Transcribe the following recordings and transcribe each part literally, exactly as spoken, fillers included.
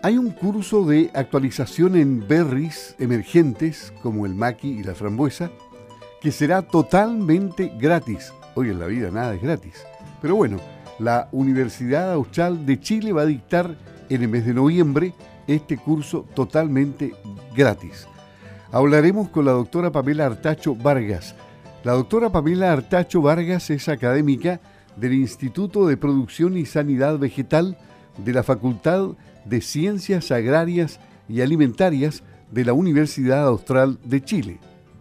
Hay un curso de actualización en berries emergentes, como el maqui y la frambuesa, que será totalmente gratis. Hoy en la vida nada es gratis. Pero bueno, la Universidad Austral de Chile va a dictar en el mes de noviembre este curso totalmente gratis. Hablaremos con la doctora Pamela Artacho Vargas. La doctora Pamela Artacho Vargas es académica del Instituto de Producción y Sanidad Vegetal de la Facultad de Ciencias Agrarias y Alimentarias de la Universidad Austral de Chile.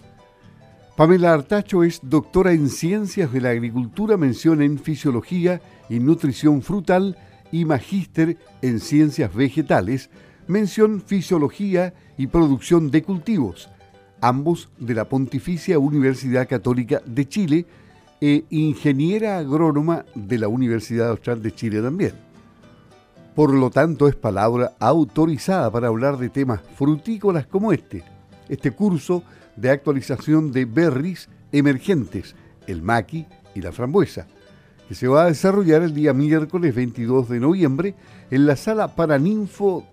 Pamela Artacho es doctora en Ciencias de la Agricultura, mención en Fisiología y Nutrición Frutal y magíster en Ciencias Vegetales, mención Fisiología y Producción de Cultivos, ambos de la Pontificia Universidad Católica de Chile, e ingeniera agrónoma de la Universidad Austral de Chile también. Por lo tanto, es palabra autorizada para hablar de temas frutícolas como este, este curso de actualización de berries emergentes, el maqui y la frambuesa, que se va a desarrollar el día miércoles veintidós de noviembre en la sala Paraninfo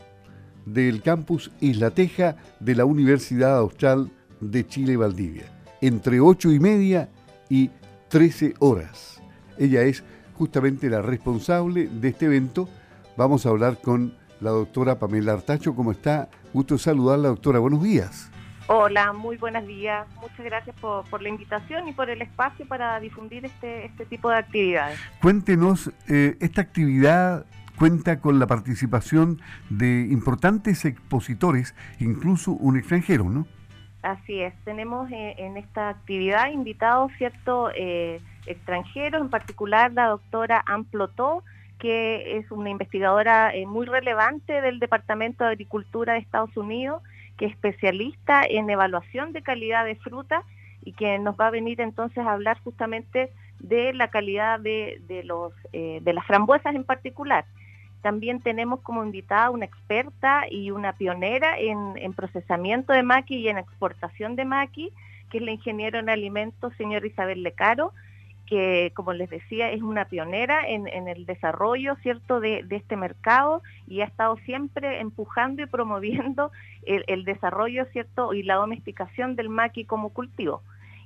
del campus Isla Teja de la Universidad Austral de Chile Valdivia, entre ocho y media y trece horas. Ella es justamente la responsable de este evento. Vamos a hablar con la doctora Pamela Artacho. ¿Cómo está? Gusto saludarla, doctora. Buenos días. Hola, muy buenos días. Muchas gracias por, por la invitación y por el espacio para difundir este, este tipo de actividades. Cuéntenos, eh, esta actividad cuenta con la participación de importantes expositores, incluso un extranjero, ¿no? Así es, tenemos eh, en esta actividad invitados ciertos eh, extranjeros, en particular la doctora Anne Plotó, que es una investigadora eh, muy relevante del Departamento de Agricultura de Estados Unidos, que es especialista en evaluación de calidad de fruta y que nos va a venir entonces a hablar justamente de la calidad de, de, los, eh, de las frambuesas en particular. También tenemos como invitada una experta y una pionera en, en procesamiento de maqui y en exportación de maqui, que es la ingeniera en alimentos, señora Isabel Lecaro, que, como les decía, es una pionera en, en el desarrollo, ¿cierto?, de, de este mercado y ha estado siempre empujando y promoviendo el, el desarrollo, ¿cierto?, y la domesticación del maqui como cultivo.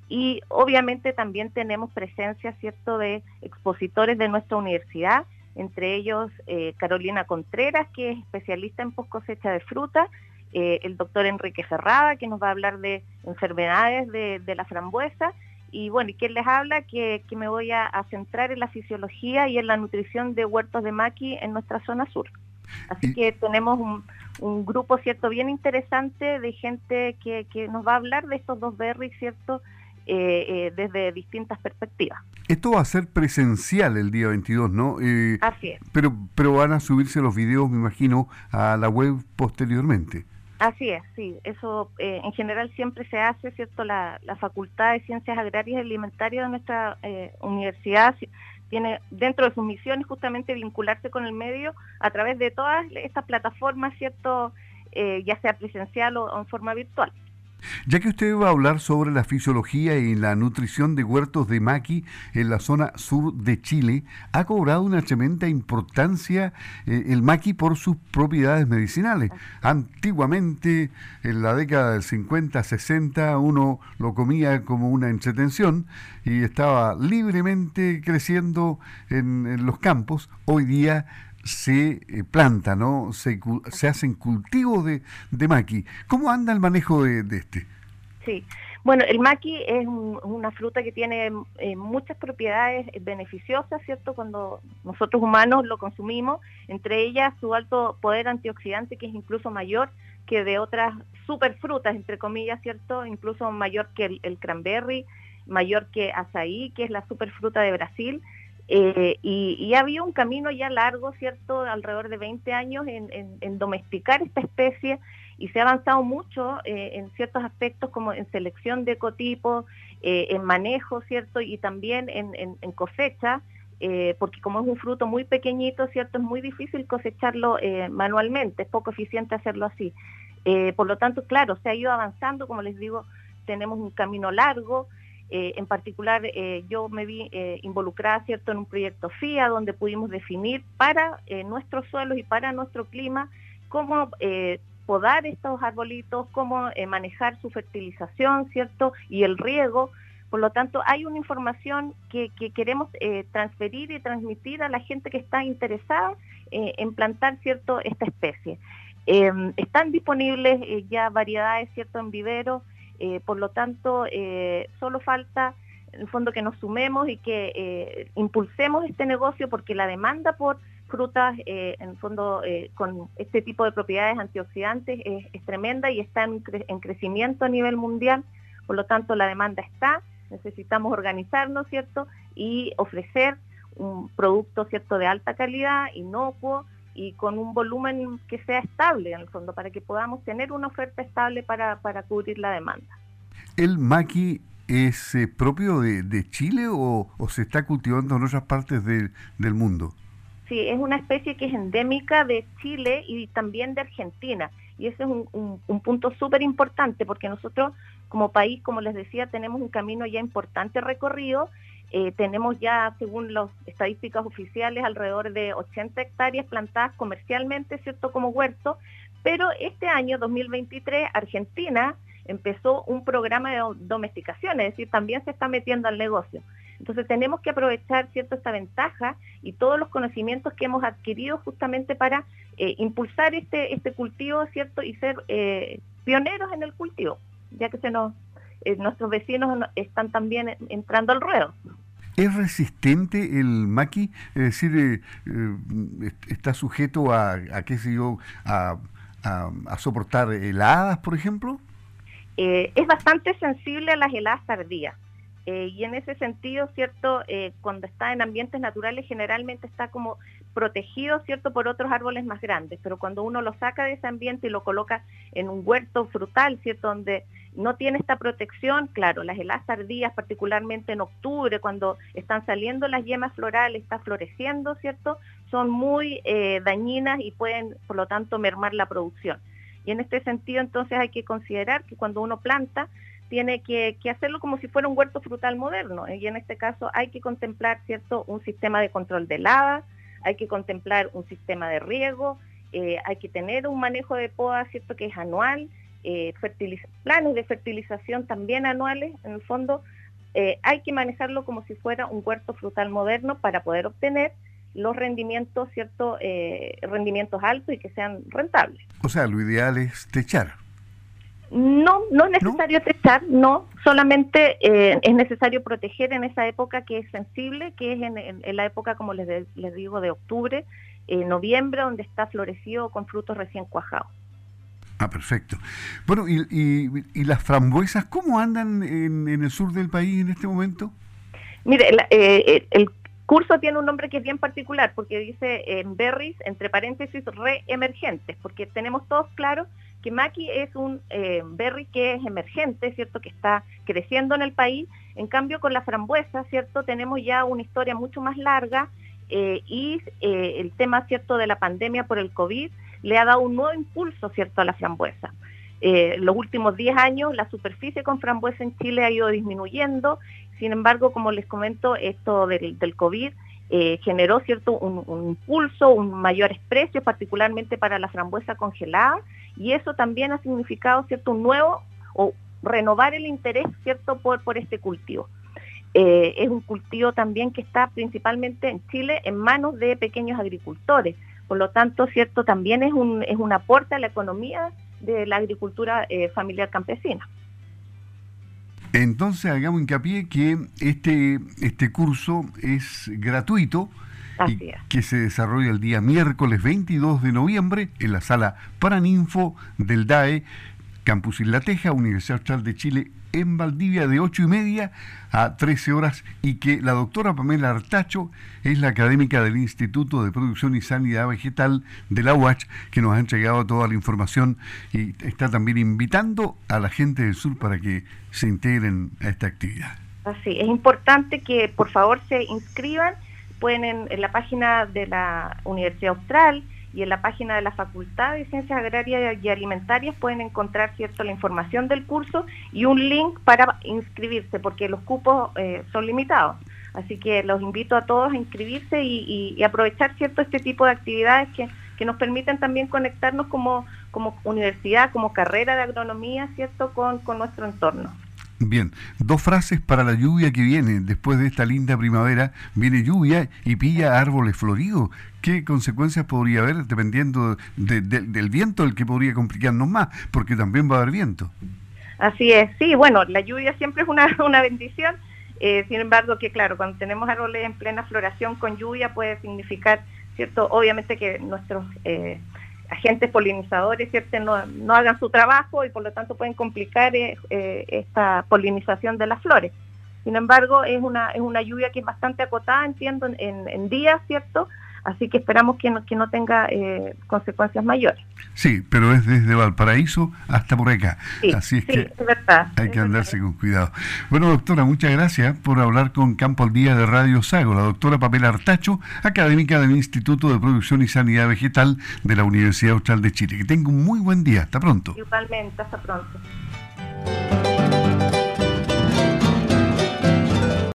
Y obviamente también tenemos presencia, ¿cierto?, de expositores de nuestra universidad, entre ellos eh, Carolina Contreras, que es especialista en post cosecha de fruta, eh, el doctor Enrique Ferrada, que nos va a hablar de enfermedades de, de la frambuesa, y bueno, ¿y quién les habla? Que, que me voy a, a centrar en la fisiología y en la nutrición de huertos de maqui en nuestra zona sur. Así y... que tenemos un, un grupo, ¿cierto?, bien interesante de gente que, que nos va a hablar de estos dos berries, ¿cierto?, eh, eh, desde distintas perspectivas. Esto va a ser presencial el día veintidós, ¿no? Eh, Así es. Pero, pero van a subirse los videos, me imagino, a la web posteriormente. Así es, sí. Eso eh, en general siempre se hace, ¿cierto? La, la Facultad de Ciencias Agrarias y Alimentarias de nuestra eh, universidad tiene dentro de sus misiones justamente vincularse con el medio a través de todas estas plataformas, ¿cierto? Eh, ya sea presencial o, o en forma virtual. Ya que usted va a hablar sobre la fisiología y la nutrición de huertos de maqui en la zona sur de Chile, ha cobrado una tremenda importancia eh, el maqui por sus propiedades medicinales. Antiguamente, en la década del cincuenta, sesenta, uno lo comía como una entretención y estaba libremente creciendo en, en los campos. Hoy día se eh, planta, ¿no? Se, se hacen cultivos de, de maqui. ¿Cómo anda el manejo de, de este? Sí, bueno, el maqui es un, una fruta que tiene eh, muchas propiedades beneficiosas, ¿cierto?, cuando nosotros humanos lo consumimos, entre ellas su alto poder antioxidante, que es incluso mayor que de otras superfrutas, entre comillas, ¿cierto?, incluso mayor que el, el cranberry, mayor que azaí, que es la superfruta de Brasil. Eh, y, y había un camino ya largo, ¿cierto?, alrededor de veinte años en, en, en domesticar esta especie, y se ha avanzado mucho eh, en ciertos aspectos como en selección de ecotipos, eh, en manejo, ¿cierto?, y también en, en, en cosecha, eh, porque como es un fruto muy pequeñito, ¿cierto?, es muy difícil cosecharlo eh, manualmente, es poco eficiente hacerlo así. Eh, por lo tanto, claro, se ha ido avanzando, como les digo, tenemos un camino largo. Eh, en particular, eh, yo me vi eh, involucrada, ¿cierto?, en un proyecto F I A, donde pudimos definir para eh, nuestros suelos y para nuestro clima cómo eh, podar estos arbolitos, cómo eh, manejar su fertilización, ¿cierto? Y el riego. Por lo tanto, hay una información que, que queremos eh, transferir y transmitir a la gente que está interesada eh, en plantar, ¿cierto?, esta especie. Eh, están disponibles eh, ya variedades, ¿cierto?, en vivero, eh, por lo tanto, eh, solo falta, en el fondo, que nos sumemos y que eh, impulsemos este negocio, porque la demanda por frutas, eh, en el fondo, eh, con este tipo de propiedades antioxidantes es, es tremenda y está en, cre en crecimiento a nivel mundial. Por lo tanto, la demanda está. Necesitamos organizarnos, ¿cierto? Y ofrecer un producto, ¿cierto?, de alta calidad, inocuo y con un volumen que sea estable, en el fondo, para que podamos tener una oferta estable para, para cubrir la demanda. ¿El maqui es eh, propio de, de Chile o, o se está cultivando en otras partes de, del mundo? Sí, es una especie que es endémica de Chile y también de Argentina. Y ese es un, un, un punto súper importante, porque nosotros como país, como les decía, tenemos un camino ya importante recorrido. Eh, tenemos ya, según las estadísticas oficiales, alrededor de ochenta hectáreas plantadas comercialmente, ¿cierto?, como huerto. Pero este año, dos mil veintitrés, Argentina empezó un programa de domesticación, es decir, también se está metiendo al negocio. Entonces tenemos que aprovechar, ¿cierto?, esta ventaja y todos los conocimientos que hemos adquirido justamente para eh, impulsar este, este cultivo, ¿cierto?, y ser eh, pioneros en el cultivo, ya que se nos, eh, nuestros vecinos están también entrando al ruedo. ¿Es resistente el maqui? Es decir, eh, eh, ¿está sujeto a, a qué sé yo, a, a, a soportar heladas, por ejemplo? Eh, es bastante sensible a las heladas tardías. Eh, y en ese sentido, ¿cierto?, eh, cuando está en ambientes naturales generalmente está como protegido, ¿cierto?, por otros árboles más grandes, pero cuando uno lo saca de ese ambiente y lo coloca en un huerto frutal, ¿cierto?, donde no tiene esta protección, claro, las heladas tardías, particularmente en octubre, cuando están saliendo las yemas florales, está floreciendo, ¿cierto?, son muy eh, dañinas y pueden, por lo tanto, mermar la producción. Y en este sentido, entonces, hay que considerar que cuando uno planta, tiene que, que hacerlo como si fuera un huerto frutal moderno, ¿eh? Y en este caso hay que contemplar, ¿cierto?, un sistema de control de helada, hay que contemplar un sistema de riego, eh, hay que tener un manejo de poda, ¿cierto?, que es anual, eh, planes de fertilización también anuales. En el fondo, eh, hay que manejarlo como si fuera un huerto frutal moderno para poder obtener los rendimientos, ¿cierto?, eh, rendimientos altos y que sean rentables. O sea, lo ideal es techar. No, no es necesario ¿No? techar, no, solamente eh, es necesario proteger en esa época que es sensible, que es en, en, en la época, como les, de, les digo, de octubre, eh, noviembre, donde está florecido con frutos recién cuajados. Ah, perfecto. Bueno, y, y, y las frambuesas, ¿cómo andan en, en el sur del país en este momento? Mire, el, eh, el curso tiene un nombre que es bien particular, porque dice eh, berries, entre paréntesis, reemergentes, porque tenemos todos claro que maqui es un eh, berry que es emergente, ¿cierto?, que está creciendo en el país. En cambio, con la frambuesa, ¿cierto?, tenemos ya una historia mucho más larga eh, y eh, el tema, ¿cierto?, de la pandemia por el COVID le ha dado un nuevo impulso, ¿cierto?, a la frambuesa. Eh, los últimos diez años la superficie con frambuesa en Chile ha ido disminuyendo. Sin embargo, como les comento, esto del, del COVID eh, generó, ¿cierto?, un, un impulso, un mayores precios, particularmente para la frambuesa congelada, y eso también ha significado, ¿cierto?, un nuevo o renovar el interés, ¿cierto?, por, por este cultivo. Eh, es un cultivo también que está principalmente en Chile en manos de pequeños agricultores. Por lo tanto, ¿cierto?, también es un, es un aporte a la economía de la agricultura eh, familiar campesina. Entonces, hagamos hincapié que este, este curso es gratuito. Así y es. Que se desarrolla el día miércoles veintidós de noviembre en la sala Paraninfo del D A E, Campus Isla Teja, Universidad Austral de Chile, en Valdivia, de ocho y media a trece horas, y que la doctora Pamela Artacho es la académica del Instituto de Producción y Sanidad Vegetal de la U A C, que nos ha entregado toda la información y está también invitando a la gente del sur para que se integren a esta actividad. Así, es importante que por favor se inscriban. Pueden en, en la página de la Universidad Austral y en la página de la Facultad de Ciencias Agrarias y Alimentarias pueden encontrar, ¿cierto?, la información del curso y un link para inscribirse, porque los cupos eh, son limitados. Así que los invito a todos a inscribirse y, y, y aprovechar, ¿cierto?, este tipo de actividades que que nos permiten también conectarnos como, como universidad, como carrera de agronomía, ¿cierto?, con, con nuestro entorno. Bien, dos frases para la lluvia que viene. Después de esta linda primavera, viene lluvia y pilla árboles floridos. ¿Qué consecuencias podría haber dependiendo de, de, del viento, el que podría complicarnos más? Porque también va a haber viento. Así es, sí, bueno, la lluvia siempre es una, una bendición, eh, sin embargo que claro, cuando tenemos árboles en plena floración con lluvia puede significar, ¿cierto? Obviamente que nuestros eh, agentes polinizadores, ¿cierto?, no, no hagan su trabajo y por lo tanto pueden complicar eh, eh, esta polinización de las flores. Sin embargo, es una, es una lluvia que es bastante acotada, entiendo, en, en días, ¿cierto? Así que esperamos que no, que no tenga eh, consecuencias mayores. Sí, pero es desde Valparaíso hasta por acá. Sí, Así es sí, que es verdad, hay es que andarse verdad. con cuidado. Bueno, doctora, muchas gracias por hablar con Campo al Día de Radio Sago. La doctora Pamela Artacho, académica del Instituto de Producción y Sanidad Vegetal de la Universidad Austral de Chile. Que tenga un muy buen día. Hasta pronto. Igualmente, hasta pronto.